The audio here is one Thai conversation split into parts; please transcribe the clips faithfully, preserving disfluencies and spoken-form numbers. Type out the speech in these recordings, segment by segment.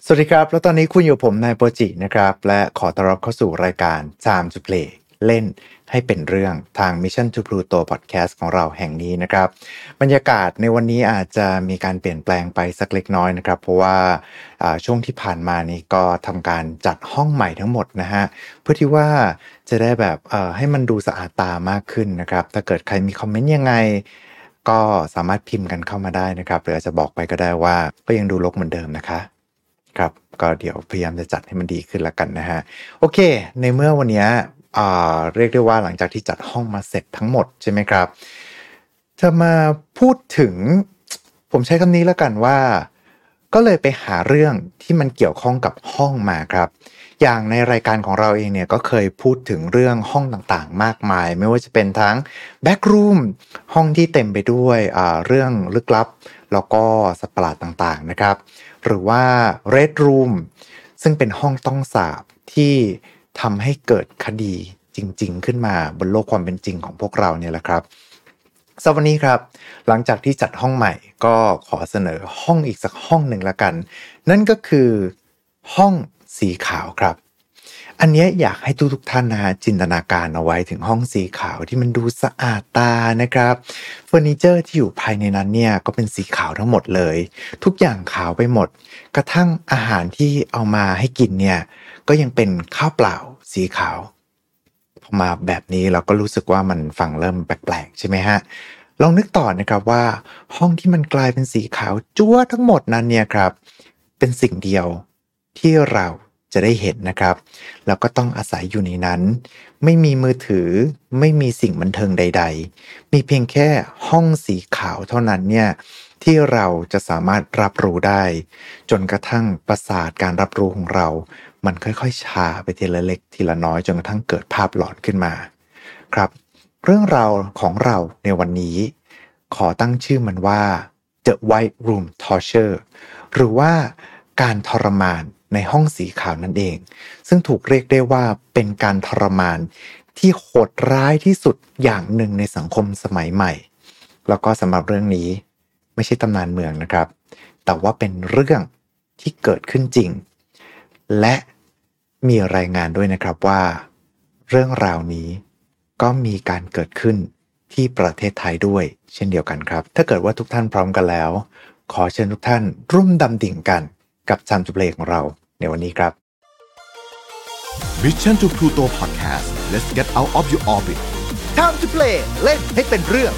สวัสดีครับแล้วตอนนี้คุณอยู่ผมนายโปรจินะครับและขอต้อนรับเข้าสู่รายการ Time to Play เล่นให้เป็นเรื่องทาง Mission to Pluto Podcast ของเราแห่งนี้นะครับบรรยากาศในวันนี้อาจจะมีการเปลี่ยนแปลงไปสักเล็กน้อยนะครับเพราะว่าช่วงที่ผ่านมานี้ก็ทำการจัดห้องใหม่ทั้งหมดนะฮะเพื่อที่ว่าจะได้แบบให้มันดูสะอาดตามากขึ้นนะครับถ้าเกิดใครมีคอมเมนต์ยังไงก็สามารถพิมพ์กันเข้ามาได้นะครับหรืออาจจะบอกไปก็ได้ว่าก็ยังดูรกเหมือนเดิมนะคะครับก็เดี๋ยวพยายามจะจัดให้มันดีขึ้นละกันนะฮะโอเคในเมื่อวันนี้อ่าเรียกได้ว่าหลังจากที่จัดห้องมาเสร็จทั้งหมดใช่ไหมครับจะมาพูดถึงผมใช้คำนี้แล้วกันว่าก็เลยไปหาเรื่องที่มันเกี่ยวข้องกับห้องมาครับอย่างในรายการของเราเองเนี่ยก็เคยพูดถึงเรื่องห้องต่างๆมากมายไม่ว่าจะเป็นทั้ง backroom ห้องที่เต็มไปด้วยอ่าเรื่องลึกลับแล้วก็สัตว์ประหลาดต่างๆนะครับหรือว่า Red Room ซึ่งเป็นห้องต้องสาปที่ทำให้เกิดคดีจริงๆขึ้นมาบนโลกความเป็นจริงของพวกเราเนี่ยแหละครับสำหรับวันนี้ครับหลังจากที่จัดห้องใหม่ก็ขอเสนอห้องอีกสักห้องหนึ่งละกันนั่นก็คือห้องสีขาวครับอันนี้อยากให้ทุกๆท่านนะฮะจินตนาการเอาไว้ถึงห้องสีขาวที่มันดูสะอาดตานะครับเฟอร์นิเจอร์ที่อยู่ภายในนั้นเนี่ยก็เป็นสีขาวทั้งหมดเลยทุกอย่างขาวไปหมดกระทั่งอาหารที่เอามาให้กินเนี่ยก็ยังเป็นข้าวเปล่าสีขาวพอมาแบบนี้เราก็รู้สึกว่ามันฟังเริ่มแปลกๆใช่ไหมฮะลองนึกต่อนะครับว่าห้องที่มันกลายเป็นสีขาวจั๊วทั้งหมดนั้นเนี่ยครับเป็นสิ่งเดียวที่เราจะได้เห็นนะครับแล้วก็ต้องอาศัยอยู่ในนั้นไม่มีมือถือไม่มีสิ่งบันเทิงใดๆมีเพียงแค่ห้องสีขาวเท่านั้นเนี่ยที่เราจะสามารถรับรู้ได้จนกระทั่งประสาทการรับรู้ของเรามันค่อยๆชาไปทีละเล็กทีละน้อยจนกระทั่งเกิดภาพหลอนขึ้นมาครับเรื่องราวของเราในวันนี้ขอตั้งชื่อมันว่า The White Room Torture หรือว่าการทรมานในห้องสีขาวนั่นเองซึ่งถูกเรียกได้ว่าเป็นการทรมานที่โหดร้ายที่สุดอย่างหนึ่งในสังคมสมัยใหม่แล้วก็สำหรับเรื่องนี้ไม่ใช่ตำนานเมืองนะครับแต่ว่าเป็นเรื่องที่เกิดขึ้นจริงและมีรายงานด้วยนะครับว่าเรื่องราวนี้ก็มีการเกิดขึ้นที่ประเทศไทยด้วยเช่นเดียวกันครับถ้าเกิดว่าทุกท่านพร้อมกันแล้วขอเชิญทุกท่านร่วมดำดิ่งกันกับ Time to Play ของเราในวันนี้ครับ Mission to Pluto Podcast Let's get out of your orbit Time to Play เล่นให้เป็นเรื่อง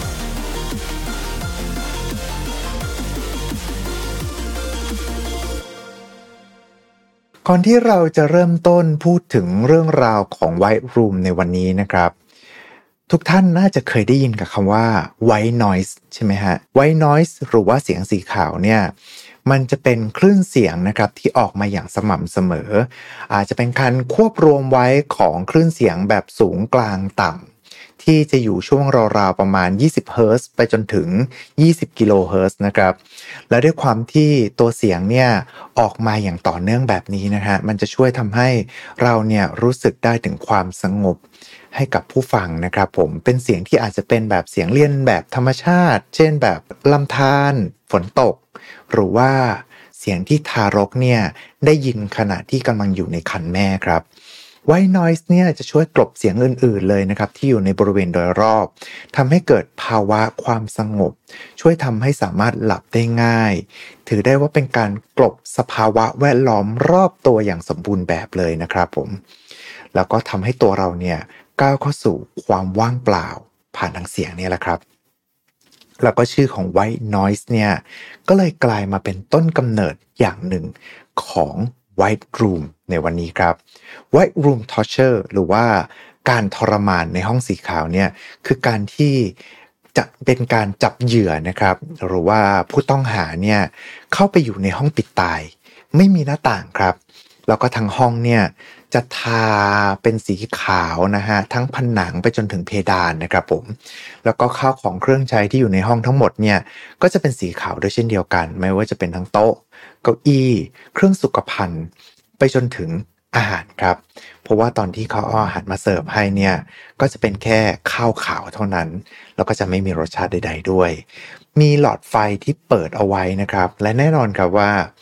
ก่อนที่เราจะเริ่มต้นพูดถึงเรื่องราวของ White Room ในวันนี้นะครับทุกท่านน่าจะเคยได้ยินกับคำว่า White Noise ใช่ไหมฮะ White Noise หรือว่าเสียงสีขาวเนี่ยมันจะเป็นคลื่นเสียงนะครับที่ออกมาอย่างสม่ำเสมออาจจะเป็นการควบรวมไว้ของคลื่นเสียงแบบสูงกลางต่ำที่จะอยู่ช่วงราวๆประมาณยี่สิบเฮิร์ตซ์ไปจนถึงยี่สิบกิโลเฮิร์ตซ์นะครับและด้วยความที่ตัวเสียงเนี่ยออกมาอย่างต่อเนื่องแบบนี้นะฮะมันจะช่วยทำให้เราเนี่ยรู้สึกได้ถึงความสงบให้กับผู้ฟังนะครับผมเป็นเสียงที่อาจจะเป็นแบบเสียงเลียนแบบธรรมชาติเช่นแบบลำธารฝนตกหรือว่าเสียงที่ทารกเนี่ยได้ยินขณะที่กำลังอยู่ในครรภ์แม่ครับ White Noise เนี่ยจะช่วยกลบเสียงอื่นๆเลยนะครับที่อยู่ในบริเวณโดยรอบทำให้เกิดภาวะความสงบช่วยทำให้สามารถหลับได้ง่ายถือได้ว่าเป็นการกลบสภาวะแวดล้อมรอบตัวอย่างสมบูรณ์แบบเลยนะครับผมแล้วก็ทำให้ตัวเราเนี่ยก้าวเข้าสู่ความว่างเปล่าผ่านทางเสียงนี่แหละครับแล้วก็ชื่อของ White Noise เนี่ยก็เลยกลายมาเป็นต้นกำเนิดอย่างหนึ่งของ White Room ในวันนี้ครับ White Room Torture หรือว่าการทรมานในห้องสีขาวเนี่ยคือการที่จะเป็นการจับเหยื่อนะครับหรือว่าผู้ต้องหาเนี่ยเข้าไปอยู่ในห้องปิดตายไม่มีหน้าต่างครับแล้วก็ทั้งห้องเนี่ยจะทาเป็นสีขาวนะฮะทั้งผนังไปจนถึงเพดานนะครับผมแล้วก็ข้าวของเครื่องใช้ที่อยู่ในห้องทั้งหมดเนี่ยก็จะเป็นสีขาวด้วยเช่นเดียวกันไม่ว่าจะเป็นทั้งโต๊ะเก้าอี้เครื่องสุขภัณฑ์ไปจนถึงอาหารครับเพราะว่าตอนที่เขาเอาอาหารมาเสิร์ฟให้เนี่ยก็จะเป็นแค่ข้าวขาวเท่านั้นแล้วก็จะไม่มีรสชาติใดๆด้วยมีหลอดไฟที่เปิดเอาไว้นะครับและแน่นอนครับว่า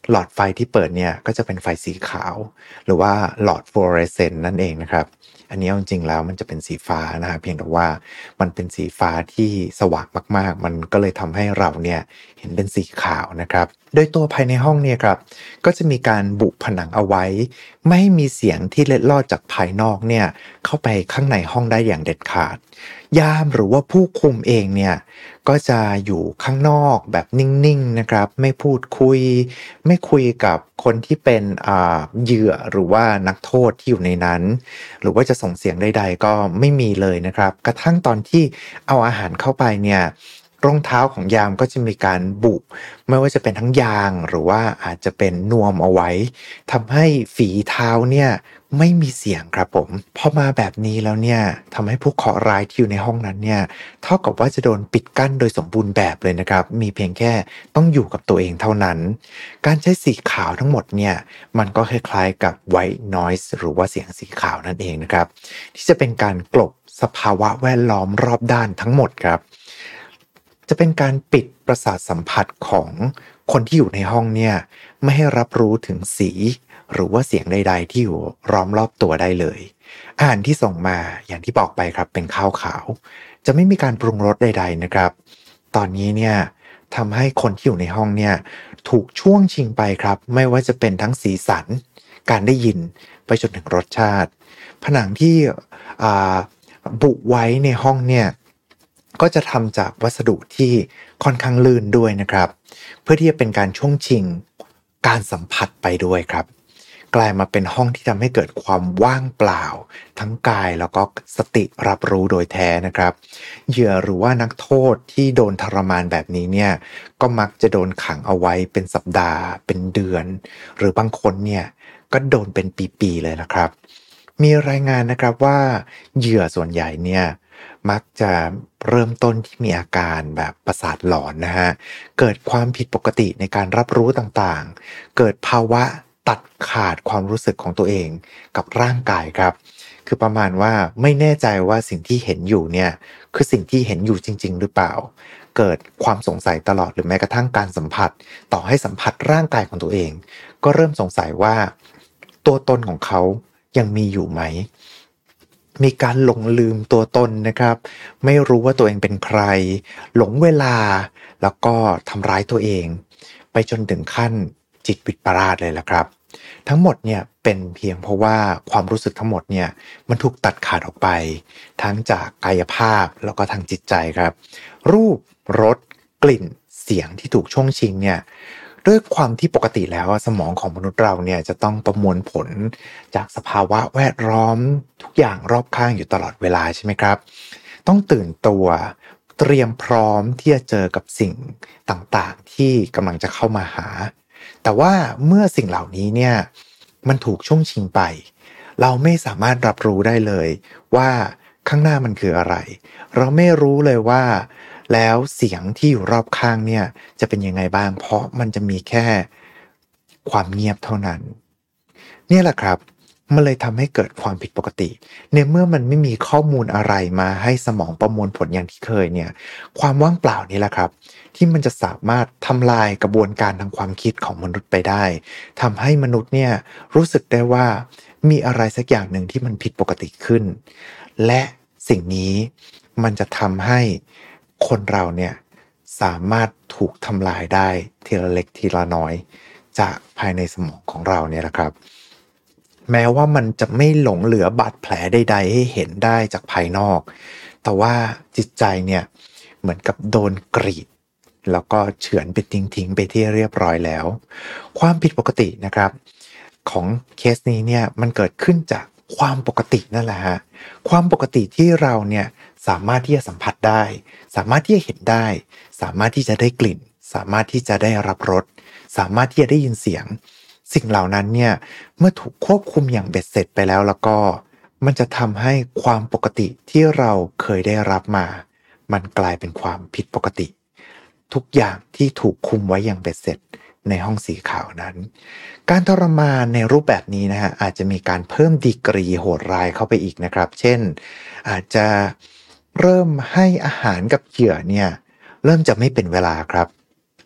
หลอดไฟที่เปิดเนี่ยก็จะเป็นไฟสีขาวหรือว่าหลอดฟลูออเรสเซนต์นั่นเองนะครับอันนี้จริงๆแล้วมันจะเป็นสีฟ้านะฮะเพียงแต่ว่ามันเป็นสีฟ้าที่สว่างมากๆมันก็เลยทำให้เราเนี่ยเห็นเป็นสีขาวนะครับโดยตัวภายในห้องเนี่ยครับก็จะมีการบุผนังเอาไว้ไม่ให้มีเสียงที่เล็ดลอดจากภายนอกเนี่ยเข้าไปข้างในห้องได้อย่างเด็ดขาดยามหรือว่าผู้คุมเองเนี่ยก็จะอยู่ข้างนอกแบบนิ่งๆนะครับไม่พูดคุยไม่คุยกับคนที่เป็นอ่าเหยื่อหรือว่านักโทษที่อยู่ในนั้นหรือว่าจะส่งเสียงใดๆก็ไม่มีเลยนะครับกระทั่งตอนที่เอาอาหารเข้าไปเนี่ยรองเท้าของยามก็จะมีการบุไม่ว่าจะเป็นทั้งยางหรือว่าอาจจะเป็นนวมเอาไว้ทำให้ฝีเท้าเนี่ยไม่มีเสียงครับผมพอมาแบบนี้แล้วเนี่ยทำให้ผู้เคราะห์ร้ายที่อยู่ในห้องนั้นเนี่ยเท่ากับว่าจะโดนปิดกั้นโดยสมบูรณ์แบบเลยนะครับมีเพียงแค่ต้องอยู่กับตัวเองเท่านั้นการใช้สีขาวทั้งหมดเนี่ยมันก็คล้ายๆกับ white noise หรือว่าเสียงสีขาวนั่นเองนะครับที่จะเป็นการกลบสภาวะแวดล้อมรอบด้านทั้งหมดครับจะเป็นการปิดประสาทสัมผัสของคนที่อยู่ในห้องเนี่ยไม่ให้รับรู้ถึงสีหรือว่าเสียงใดๆที่อยู่ล้อมรอบตัวได้เลยอาหารที่ส่งมาอย่างที่บอกไปครับเป็นข้าวขาวจะไม่มีการปรุงรสใดๆนะครับตอนนี้เนี่ยทำให้คนที่อยู่ในห้องเนี่ยถูกช่วงชิงไปครับไม่ว่าจะเป็นทั้งสีสันการได้ยินไปจนถึงรสชาติผนังที่บุไว้ในห้องเนี่ยก็จะทำจากวัสดุที่ค่อนข้างลื่นด้วยนะครับเพื่อที่จะเป็นการช่วงชิงการสัมผัสไปด้วยครับกลายมาเป็นห้องที่ทำให้เกิดความว่างเปล่าทั้งกายแล้วก็สติรับรู้โดยแท้นะครับเหยื่อหรือว่านักโทษที่โดนทรมานแบบนี้เนี่ยก็มักจะโดนขังเอาไว้เป็นสัปดาห์เป็นเดือนหรือบางคนเนี่ยก็โดนเป็นปีๆเลยนะครับมีรายงานนะครับว่าเหยื่อส่วนใหญ่เนี่ยมักจะเริ่มต้นที่มีอาการแบบประสาทหลอนนะฮะเกิดความผิดปกติในการรับรู้ต่างๆเกิดภาวะตัดขาดความรู้สึกของตัวเองกับร่างกายครับคือประมาณว่าไม่แน่ใจว่าสิ่งที่เห็นอยู่เนี่ยคือสิ่งที่เห็นอยู่จริงๆหรือเปล่าเกิดความสงสัยตลอดหรือแม้กระทั่งการสัมผัสต่อให้สัมผัสร่างกายของตัวเองก็เริ่มสงสัยว่าตัวตนของเขายังมีอยู่ไหมมีการหลงลืมตัวตนนะครับไม่รู้ว่าตัวเองเป็นใครหลงเวลาแล้วก็ทำร้ายตัวเองไปจนถึงขั้นจิตวิปลาสเลยล่ะครับทั้งหมดเนี่ยเป็นเพียงเพราะว่าความรู้สึกทั้งหมดเนี่ยมันถูกตัดขาดออกไปทั้งจากกายภาพแล้วก็ทางจิตใจครับรูปรสกลิ่นเสียงที่ถูกช่วงชิงเนี่ยด้วยความที่ปกติแล้วสมองของมนุษย์เราเนี่ยจะต้องประมวลผลจากสภาวะแวดล้อมทุกอย่างรอบข้างอยู่ตลอดเวลาใช่ไหมครับต้องตื่นตัวเตรียมพร้อมที่จะเจอกับสิ่งต่างๆที่กำลังจะเข้ามาหาแต่ว่าเมื่อสิ่งเหล่านี้เนี่ยมันถูกช่วงชิงไปเราไม่สามารถรับรู้ได้เลยว่าข้างหน้ามันคืออะไรเราไม่รู้เลยว่าแล้วเสียงที่อยู่รอบข้างเนี่ยจะเป็นยังไงบ้างเพราะมันจะมีแค่ความเงียบเท่านั้นเนี่ยแหละครับมันเลยทำให้เกิดความผิดปกติในเมื่อมันไม่มีข้อมูลอะไรมาให้สมองประมวลผลอย่างที่เคยเนี่ยความว่างเปล่านี่แหละครับที่มันจะสามารถทำลายกระบวนการทางความคิดของมนุษย์ไปได้ทำให้มนุษย์เนี่ยรู้สึกได้ว่ามีอะไรสักอย่างหนึ่งที่มันผิดปกติขึ้นและสิ่งนี้มันจะทำให้คนเราเนี่ยสามารถถูกทำลายได้ทีละเล็กทีละน้อยจากภายในสมองของเราเนี่ยแหละครับแม้ว่ามันจะไม่หลงเหลือบาดแผลใดๆให้เห็นได้จากภายนอกแต่ว่าจิตใจเนี่ยเหมือนกับโดนกรีดแล้วก็เฉือนไปทิ้งๆไปที่เรียบร้อยแล้วความผิดปกตินะครับของเคสนี้เนี่ยมันเกิดขึ้นจากความปกตินั่นแหละฮะความปกติที่เราเนี่ยสามารถที่จะสัมผัสได้สามารถที่จะเห็นได้สามารถที่จะได้กลิ่นสามารถที่จะได้รับรสสามารถที่จะได้ยินเสียงสิ่งเหล่านั้นเนี่ยเมื่อถูกควบคุมอย่างเบ็ดเสร็จไปแล้วแล้วก็มันจะทำให้ความปกติที่เราเคยได้รับมามันกลายเป็นความผิดปกติทุกอย่างที่ถูกคุมไว้อย่างเบ็ดเสร็จในห้องสีขาวนั้นการทรมานในรูปแบบนี้นะฮะอาจจะมีการเพิ่มดีกรีโหดร้ายเข้าไปอีกนะครับเช่นอาจจะเริ่มให้อาหารกับเหยื่อเนี่ยเริ่มจะไม่เป็นเวลาครับ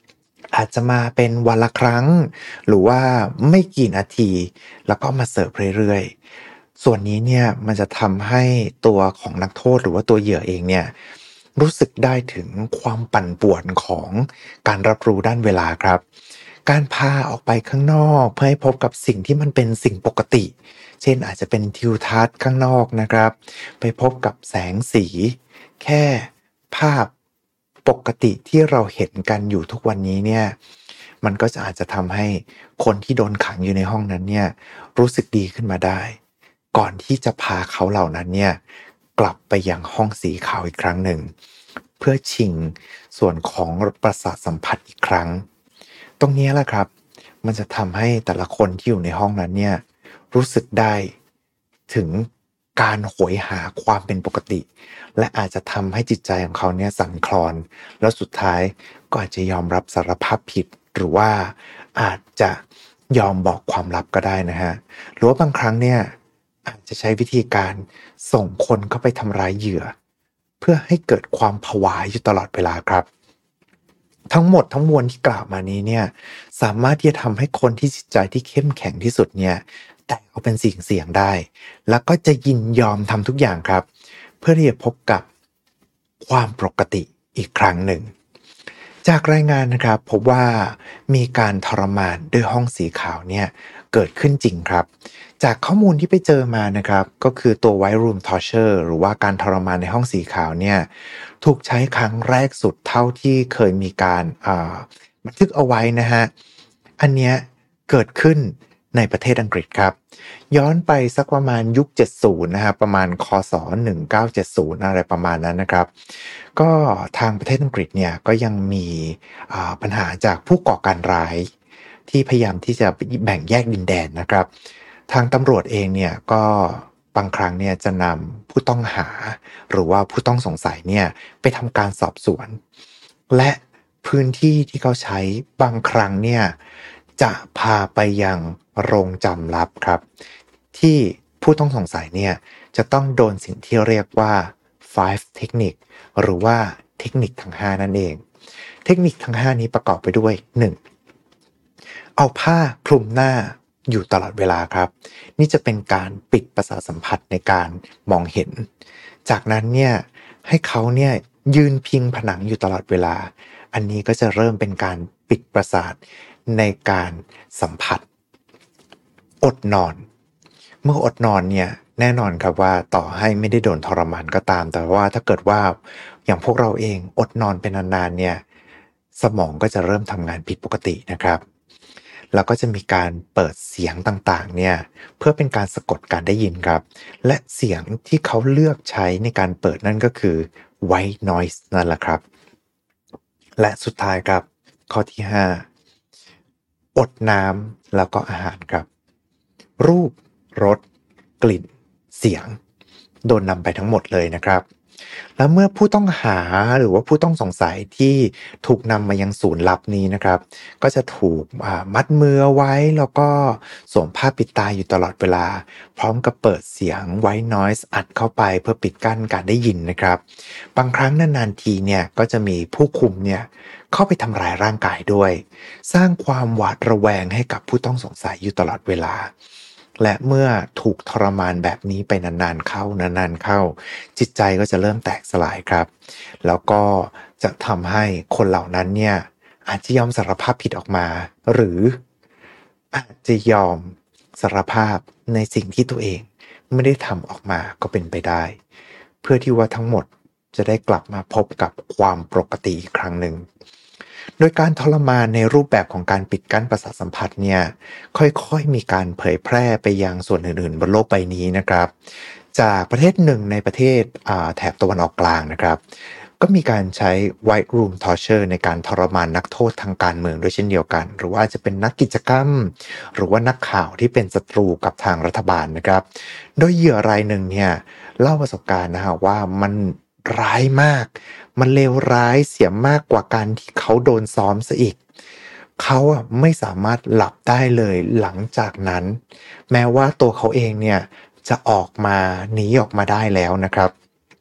อาจจะมาเป็นวันละครั้งหรือว่าไม่กี่นาทีแล้วก็มาเสิร์ฟเรื่อยๆส่วนนี้เนี่ยมันจะทำให้ตัวของนักโทษหรือว่าตัวเหยื่อเองเนี่ยรู้สึกได้ถึงความปั่นป่วนของการรับรู้ด้านเวลาครับการพาออกไปข้างนอกเพื่อให้พบกับสิ่งที่มันเป็นสิ่งปกติเช่นอาจจะเป็นทิวทัศน์ข้างนอกนะครับไปพบกับแสงสีแค่ภาพปกติที่เราเห็นกันอยู่ทุกวันนี้เนี่ยมันก็จะอาจจะทำให้คนที่โดนขังอยู่ในห้องนั้นเนี่ยรู้สึกดีขึ้นมาได้ก่อนที่จะพาเขาเหล่านั้นเนี่ยกลับไปยังห้องสีขาวอีกครั้งหนึ่งเพื่อชิงส่วนของประสาทสัมผัสอีกครั้งตรงนี้แหละครับมันจะทำให้แต่ละคนที่อยู่ในห้องนั้นเนี่ยรู้สึกได้ถึงการโหยหาความเป็นปกติและอาจจะทำให้จิตใจของเขาเนี่ยสั่นคลอนแล้วสุดท้ายก็อาจจะยอมรับสารภาพผิดหรือว่าอาจจะยอมบอกความลับก็ได้นะฮะหรือว่าบางครั้งเนี่ยอาจจะใช้วิธีการส่งคนเข้าไปทำร้ายเหยื่อเพื่อให้เกิดความผวาอยู่ตลอดเวลาครับทั้งหมดทั้งมวลที่กล่าวมานี้เนี่ยสามารถที่จะทำให้คนที่จิตใจที่เข้มแข็งที่สุดเนี่ยแต่เอาเป็นสิ่งเสี่ยงได้แล้วก็จะยินยอมทำทุกอย่างครับเพื่อที่จะพบกับความปกติอีกครั้งหนึ่งจากรายงานนะครับพบว่ามีการทรมานด้วยห้องสีขาวเนี่ยเกิดขึ้นจริงครับจากข้อมูลที่ไปเจอมานะครับก็คือตัว White Room Torture หรือว่าการทรมานในห้องสีขาวเนี่ยถูกใช้ครั้งแรกสุดเท่าที่เคยมีการบันทึกเอาไว้นะฮะอันเนี้ยเกิดขึ้นในประเทศอังกฤษครับย้อนไปสักประมาณยุคเจ็ดสิบนะครับประมาณคศหนึ่งพันเก้าร้อยเจ็ดสิบอะไรประมาณนั้นนะครับก็ทางประเทศอังกฤษเนี่ยก็ยังมีปัญหาจากผู้ก่อการร้ายที่พยายามที่จะแบ่งแยกดินแดนนะครับทางตำรวจเองเนี่ยก็บางครั้งเนี่ยจะนำผู้ต้องหาหรือว่าผู้ต้องสงสัยเนี่ยไปทำการสอบสวนและพื้นที่ที่เขาใช้บางครั้งเนี่ยจะพาไปยังโรงจำลับครับที่ผู้ต้องสงสัยเนี่ยจะต้องโดนสิ่งที่เรียกว่า five technique หรือว่าเทคนิคทั้งห้านั่นเองเทคนิคทั้งห้านี้ประกอบไปด้วย หนึ่ง เอาผ้าคลุมหน้าอยู่ตลอดเวลาครับนี่จะเป็นการปิดประสาทสัมผัสในการมองเห็นจากนั้นเนี่ยให้เขาเนี่ยยืนพิงผนังอยู่ตลอดเวลาอันนี้ก็จะเริ่มเป็นการปิดประสาทในการสัมผัสอดนอนเมื่ออดนอนเนี่ยแน่นอนครับว่าต่อให้ไม่ได้โดนทรมานก็ตามแต่ว่าถ้าเกิดว่าอย่างพวกเราเองอดนอนเป็นนานๆเนี่ยสมองก็จะเริ่มทำงานผิดปกตินะครับแล้วก็จะมีการเปิดเสียงต่างๆเนี่ยเพื่อเป็นการสะกดการได้ยินครับและเสียงที่เขาเลือกใช้ในการเปิดนั่นก็คือ white noise นั่นแหละครับและสุดท้ายครับข้อที่ห้าอดน้ำแล้วก็อาหารครับรูปรสกลิ่นเสียงโดนนำไปทั้งหมดเลยนะครับแล้วเมื่อผู้ต้องหาหรือว่าผู้ต้องสงสัยที่ถูกนำมายังศูนย์ลับนี้นะครับก็จะถูกมัดมือไว้แล้วก็สวมผ้าปิดตาอยู่ตลอดเวลาพร้อมกับเปิดเสียง white noise อัดเข้าไปเพื่อปิดกั้นการได้ยินนะครับบางครั้งนานๆทีเนี่ยก็จะมีผู้คุมเนี่ยเข้าไปทำร้ายร่างกายด้วยสร้างความหวาดระแวงให้กับผู้ต้องสงสัยอยู่ตลอดเวลาและเมื่อถูกทรมานแบบนี้ไปนานๆเข้านานๆเข้าจิตใจก็จะเริ่มแตกสลายครับแล้วก็จะทำให้คนเหล่านั้นเนี่ยอาจจะยอมสารภาพผิดออกมาหรืออาจจะยอมสารภาพในสิ่งที่ตัวเองไม่ได้ทำออกมาก็เป็นไปได้เพื่อที่ว่าทั้งหมดจะได้กลับมาพบกับความปกติอีกครั้งหนึ่งโดยการทรมานในรูปแบบของการปิดกั้นประสาทสัมผัสเนี่ยค่อยๆมีการเผยแพร่ไปยังส่วนอื่นๆบนโลกใบนี้นะครับจากประเทศหนึ่งในประเทศแถบตะวันออกกลางนะครับก็มีการใช้ White Room Torture ในการทรมานนักโทษทางการเมืองด้วยเช่นเดียวกันหรือว่าจะเป็นนักกิจกรรมหรือว่านักข่าวที่เป็นศัตรูกับทางรัฐบาลนะครับโดยเหยื่อรายหนึ่งเนี่ยเล่าประสบการณ์นะฮะว่ามันร้ายมากมันเลวร้ายเสียมากกว่าการที่เขาโดนซ้อมซะอีกเขาอ่ะไม่สามารถหลับได้เลยหลังจากนั้นแม้ว่าตัวเขาเองเนี่ยจะออกมาหนีออกมาได้แล้วนะครับ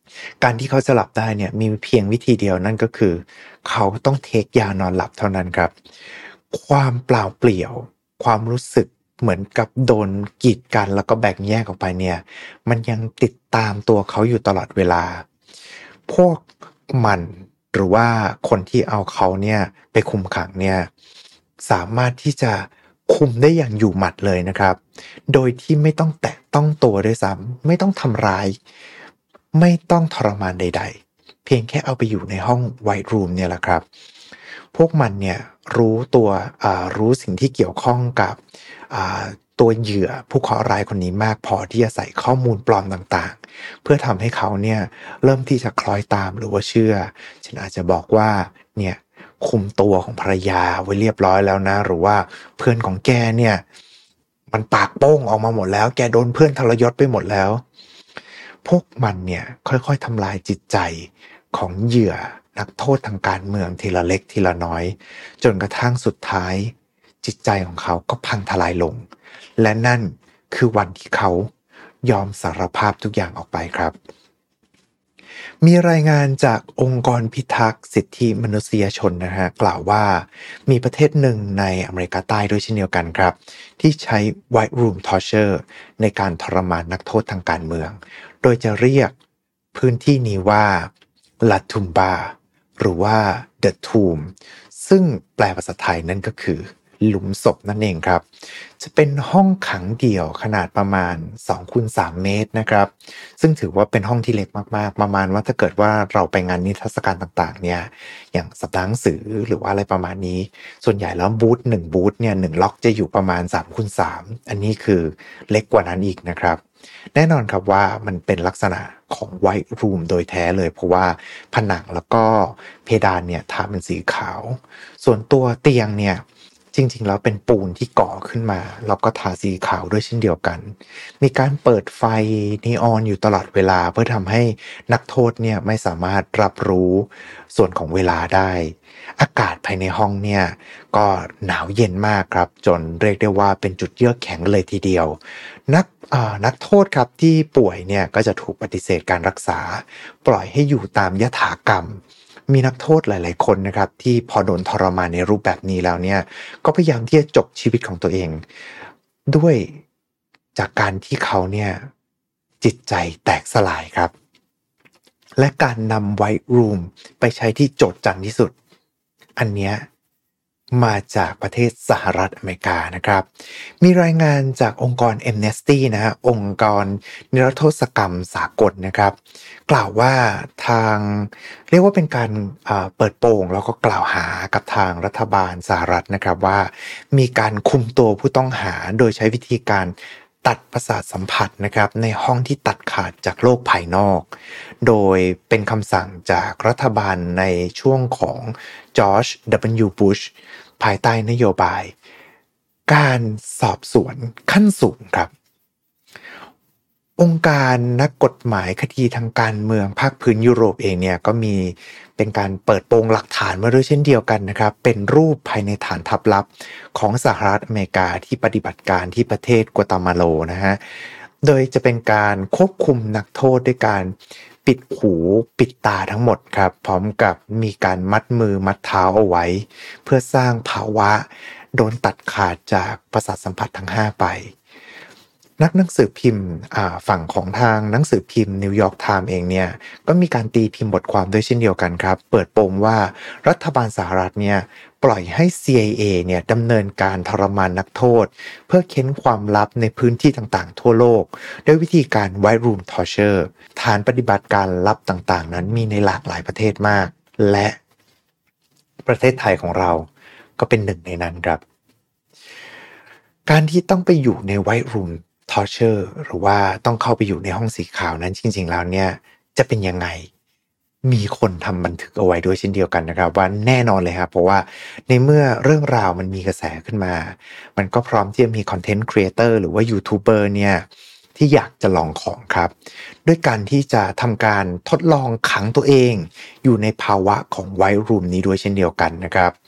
การที่เขาจะหลับได้เนี่ยมีเพียงวิธีเดียวนั่นก็คือเขาต้องเทคยานอนหลับเท่านั้นครับความเปล่าเปลี่ยวความรู้สึกเหมือนกับโดนกีดกันแล้วก็แบ่งแยกออกไปเนี่ยมันยังติดตามตัวเขาอยู่ตลอดเวลาพวกมันหรือว่าคนที่เอาเขาเนี่ยไปคุมขังเนี่ยสามารถที่จะคุมได้อย่างอยู่หมัดเลยนะครับโดยที่ไม่ต้องแตะต้องตัวด้วยซ้ำไม่ต้องทำร้ายไม่ต้องทรมานใดๆเพียงแค่เอาไปอยู่ในห้องไวท์รูมเนี่ยแหละครับพวกมันเนี่ยรู้ตัวรู้สิ่งที่เกี่ยวข้องกับตัวเหยื่อผู้เคราะห์ร้ายคนนี้มากพอที่จะใส่ข้อมูลปลอมต่างๆเพื่อทำให้เขาเนี่ยเริ่มที่จะคล้อยตามหรือว่าเชื่อฉันอาจจะบอกว่าเนี่ยคุมตัวของภรรยาไว้เรียบร้อยแล้วนะหรือว่าเพื่อนของแกเนี่ยมันปากโป้งออกมาหมดแล้วแกโดนเพื่อนทรยศไปหมดแล้วพวกมันเนี่ยค่อยๆทำลายจิตใจของเหยื่อนักโทษทางการเมืองทีละเล็กทีละน้อยจนกระทั่งสุดท้ายจิตใจของเขาก็พังทลายลงและนั่นคือวันที่เขายอมสารภาพทุกอย่างออกไปครับมีรายงานจากองค์กรพิทักษ์สิทธิมนุษยชนนะฮะกล่าวว่ามีประเทศหนึ่งในอเมริกาใต้ด้วยเช่นเดียวกันครับที่ใช้ White Room Torture ในการทรมานนักโทษทางการเมืองโดยจะเรียกพื้นที่นี้ว่า La Tumba หรือว่า The Tomb ซึ่งแปลภาษาไทยนั่นก็คือหลุมศพนั่นเองครับจะเป็นห้องขังเดี่ยวขนาดประมาณ สองคูณสาม เมตรนะครับซึ่งถือว่าเป็นห้องที่เล็กมากๆประมาณว่าถ้าเกิดว่าเราไปงานนิทรรศการต่างๆเนี่ยอย่างสัปดาห์หนังสือหรือว่าอะไรประมาณนี้ส่วนใหญ่แล้วบูธหนึ่งบูธเนี่ยหนึ่งล็อกจะอยู่ประมาณ สามคูณสาม อันนี้คือเล็กกว่านั้นอีกนะครับแน่นอนครับว่ามันเป็นลักษณะของ White Room โดยแท้เลยเพราะว่าผนังแล้วก็เพดานเนี่ยทาเป็นสีขาวส่วนตัวเตียงเนี่ยจริงๆแล้วเป็นปูนที่ก่อขึ้นมาแล้วก็ทาสีขาวด้วยเช่นเดียวกันมีการเปิดไฟนีออนอยู่ตลอดเวลาเพื่อทำให้นักโทษเนี่ยไม่สามารถรับรู้ส่วนของเวลาได้อากาศภายในห้องเนี่ยก็หนาวเย็นมากครับจนเรียกได้ว่าเป็นจุดเยือกแข็งเลยทีเดียวนักนักโทษครับที่ป่วยเนี่ยก็จะถูกปฏิเสธการรักษาปล่อยให้อยู่ตามยถากรรมมีนักโทษหลายๆคนนะครับที่พอโดนทรมานในรูปแบบนี้แล้วเนี่ยก็พยายามที่จะจบชีวิตของตัวเองด้วยจากการที่เขาเนี่ยจิตใจแตกสลายครับและการนำ White Room ไปใช้ที่โจษจันที่สุดอันเนี้ยมาจากประเทศสหรัฐอเมริกานะครับมีรายงานจากองค์กร Amnesty นะฮะองค์กรนิรโทษกรรมสากลนะครับกล่าวว่าทางเรียกว่าเป็นการเปิดโปงแล้วก็กล่าวหากับทางรัฐบาลสหรัฐนะครับว่ามีการคุมตัวผู้ต้องหาโดยใช้วิธีการตัดประสาทสัมผัสนะครับในห้องที่ตัดขาดจากโลกภายนอกโดยเป็นคำสั่งจากรัฐบาลในช่วงของจอร์จ ดับเบิลยู บุชภายใต้นโยบายการสอบสวนขั้นสูงครับองค์การนักกฎหมายคดีทางการเมืองภาคพื้นยุโรปเองเนี่ยก็มีเป็นการเปิดโปงหลักฐานมาด้วยเช่นเดียวกันนะครับเป็นรูปภายในฐานทัพลับของสหรัฐอเมริกาที่ปฏิบัติการที่ประเทศกัวตามาโลนะฮะโดยจะเป็นการควบคุมนักโทษด้วยการปิดหูปิดตาทั้งหมดครับพร้อมกับมีการมัดมือมัดเท้าเอาไว้เพื่อสร้างภาวะโดนตัดขาดจากประสาทสัมผัสทั้งห้าไปนักหนังสือพิมพ์ฝั่งของทางหนังสือพิมพ์นิวยอร์กไทม์เองเนี่ยก็มีการตีพิมพ์บทความด้วยเช่นเดียวกันครับเปิดโปงว่ารัฐบาลสหรัฐเนี่ยปล่อยให้ ซี ไอ เอ เนี่ยดำเนินการทรมานนักโทษเพื่อเค้นความลับในพื้นที่ต่างๆทั่วโลกด้วยวิธีการ White Room Torture ฐานปฏิบัติการลับต่างๆนั้นมีในหลากหลายประเทศมากและประเทศไทยของเราก็เป็นหนึ่งในนั้นครับการที่ต้องไปอยู่ใน White Room Torture หรือว่าต้องเข้าไปอยู่ในห้องสีขาวนั้นจริงๆแล้วเนี่ยจะเป็นยังไงมีคนทำบันทึกเอาไว้ด้วยเช่นเดียวกันนะครับว่าแน่นอนเลยครับเพราะว่าในเมื่อเรื่องราวมันมีกระแสขึ้นมามันก็พร้อมที่จะมีคอนเทนต์ครีเอเตอร์หรือว่ายูทูบเบอร์เนี่ยที่อยากจะลองของครับด้วยการที่จะทำการทดลองขังตัวเองอยู่ในภาวะของ White Room นี้ด้วยเช่นเดียวกันนะครับ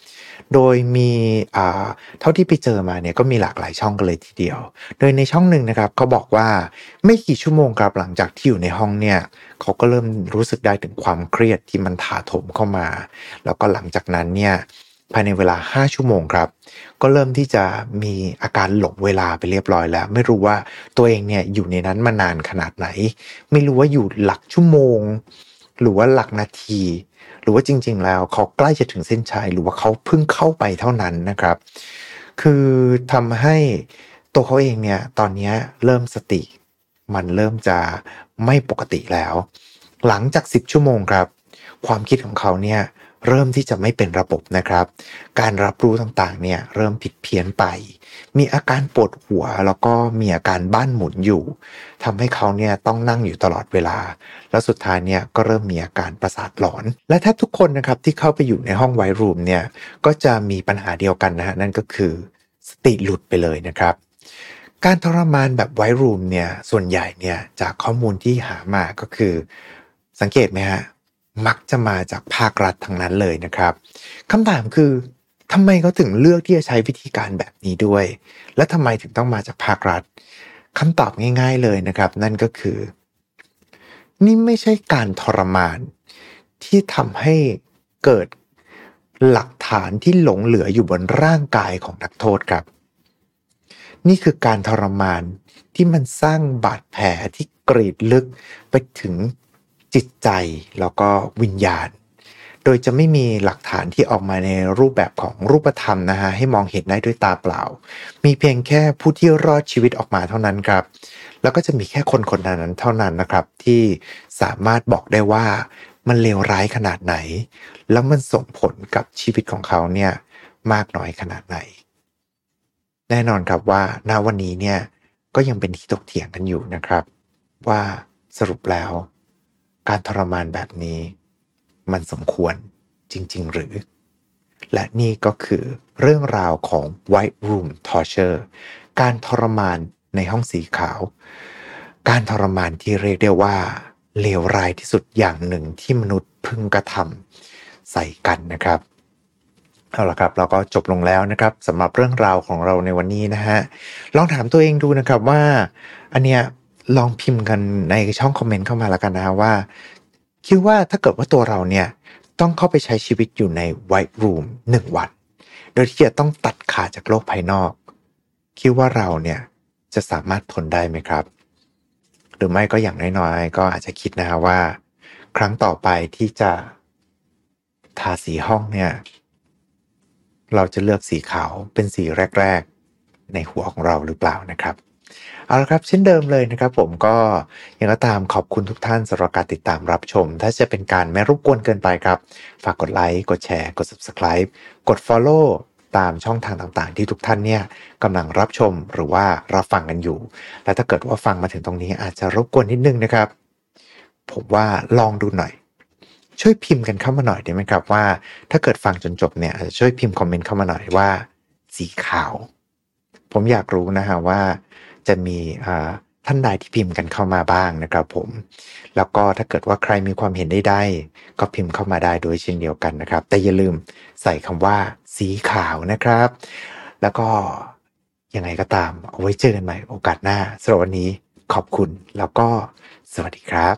โดยมีอ่าเท่าที่ไปเจอมาเนี่ยก็มีหลากหลายช่องกันเลยทีเดียวโดยในช่องหนึ่งนะครับเขาบอกว่าไม่กี่ชั่วโมงครับหลังจากที่อยู่ในห้องเนี่ยเขาก็เริ่มรู้สึกได้ถึงความเครียดที่มันถาโถมเข้ามาแล้วก็หลังจากนั้นเนี่ยภายในเวลาห้าชั่วโมงครับก็เริ่มที่จะมีอาการหลงเวลาไปเรียบร้อยแล้วไม่รู้ว่าตัวเองเนี่ยอยู่ในนั้นมานานขนาดไหนไม่รู้ว่าอยู่หลักชั่วโมงหรือว่าหลักนาทีหรือว่าจริงๆแล้วเขาใกล้จะถึงเส้นชัยหรือว่าเขาเพิ่งเข้าไปเท่านั้นนะครับคือทำให้ตัวเขาเองเนี่ยตอนนี้เริ่มสติมันเริ่มจะไม่ปกติแล้วหลังจากสิบชั่วโมงครับความคิดของเขาเนี่ยเริ่มที่จะไม่เป็นระบบนะครับการรับรู้ต่างๆเนี่ยเริ่มผิดเพี้ยนไปมีอาการปวดหัวแล้วก็มีอาการบ้านหมุนอยู่ทำให้เขาเนี่ยต้องนั่งอยู่ตลอดเวลาแล้วสุดท้ายเนี่ยก็เริ่มมีอาการประสาทหลอนและแทบทุกคนนะครับที่เข้าไปอยู่ในห้องไวท์รูมเนี่ยก็จะมีปัญหาเดียวกันนะฮะนั่นก็คือสติหลุดไปเลยนะครับการทรมานแบบไวท์รูมเนี่ยส่วนใหญ่เนี่ยจากข้อมูลที่หามาก็คือสังเกตไหมฮะมักจะมาจากภาครัฐทั้งนั้นเลยนะครับคำถามคือทำไมเขาถึงเลือกที่จะใช้วิธีการแบบนี้ด้วยและทำไมถึงต้องมาจากภาครัฐคำตอบง่ายๆเลยนะครับนั่นก็คือนี่ไม่ใช่การทรมานที่ทำให้เกิดหลักฐานที่หลงเหลืออยู่บนร่างกายของนักโทษครับนี่คือการทรมานที่มันสร้างบาดแผลที่กรีดลึกไปถึงจิตใจแล้วก็วิญญาณโดยจะไม่มีหลักฐานที่ออกมาในรูปแบบของรูปธรรมนะฮะให้มองเห็นได้ด้วยตาเปล่ามีเพียงแค่ผู้ที่รอดชีวิตออกมาเท่านั้นครับแล้วก็จะมีแค่คนคนนั้นเท่านั้นนะครับที่สามารถบอกได้ว่ามันเลวร้ายขนาดไหนแล้วมันส่งผลกับชีวิตของเขาเนี่ยมากน้อยขนาดไหนแน่นอนครับว่าณวันนี้เนี่ยก็ยังเป็นที่ถกเถียงกันอยู่นะครับว่าสรุปแล้วการทรมานแบบนี้มันสมควรจริงๆหรือและนี่ก็คือเรื่องราวของ White Room Torture การทรมานในห้องสีขาวการทรมานที่เรียกได้ว่าเลวร้ายที่สุดอย่างหนึ่งที่มนุษย์พึงกระทำใส่กันนะครับเอาล่ะครับเราก็จบลงแล้วนะครับสำหรับเรื่องราวของเราในวันนี้นะฮะลองถามตัวเองดูนะครับว่าอันเนี้ยลองพิมพ์กันในช่องคอมเมนต์เข้ามาแล้วกันนะว่าคิดว่าถ้าเกิดว่าตัวเราเนี่ยต้องเข้าไปใช้ชีวิตอยู่ใน White Room หนึ่งวันโดยที่จะต้องตัดขาดจากโลกภายนอกคิดว่าเราเนี่ยจะสามารถทนได้ไหมครับหรือไม่ก็อย่างน้อยๆก็อาจจะคิดนะฮะว่าครั้งต่อไปที่จะทาสีห้องเนี่ยเราจะเลือกสีขาวเป็นสีแรกๆในหัวของเราหรือเปล่านะครับเอาละครับเช่นเดิมเลยนะครับผมก็ยังก็ตามขอบคุณทุกท่านสำหรับการติดตามรับชมถ้าจะเป็นการไม่รบกวนเกินไปครับฝากกดไลค์กดแชร์กด Subscribe กด Follow ตามช่องทางต่างๆที่ทุกท่านเนี่ยกำลังรับชมหรือว่ารับฟังกันอยู่และถ้าเกิดว่าฟังมาถึงตรงนี้อาจจะรบกวนนิดนึงนะครับผมว่าลองดูหน่อยช่วยพิมพ์กันเข้ามาหน่อยได้ไหมครับว่าถ้าเกิดฟังจนจบเนี่ยอาจจะช่วยพิมพ์คอมเมนต์เข้ามาหน่อยว่าสีขาวผมอยากรู้นะฮะว่าจะมีท่านใดที่พิมพ์กันเข้ามาบ้างนะครับผมแล้วก็ถ้าเกิดว่าใครมีความเห็นใดๆก็พิมพ์เข้ามาได้โดยเช่นเดียวกันนะครับแต่อย่าลืมใส่คำว่าสีขาวนะครับแล้วก็ยังไงก็ตามเอาไว้เจอกันใหม่โอกาสหน้าสำหรับวันนี้ขอบคุณแล้วก็สวัสดีครับ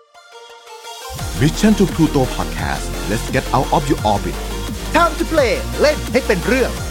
Mission to Pluto Podcast Let's get out of your orbit Time to play เล่นให้เป็นเรื่อง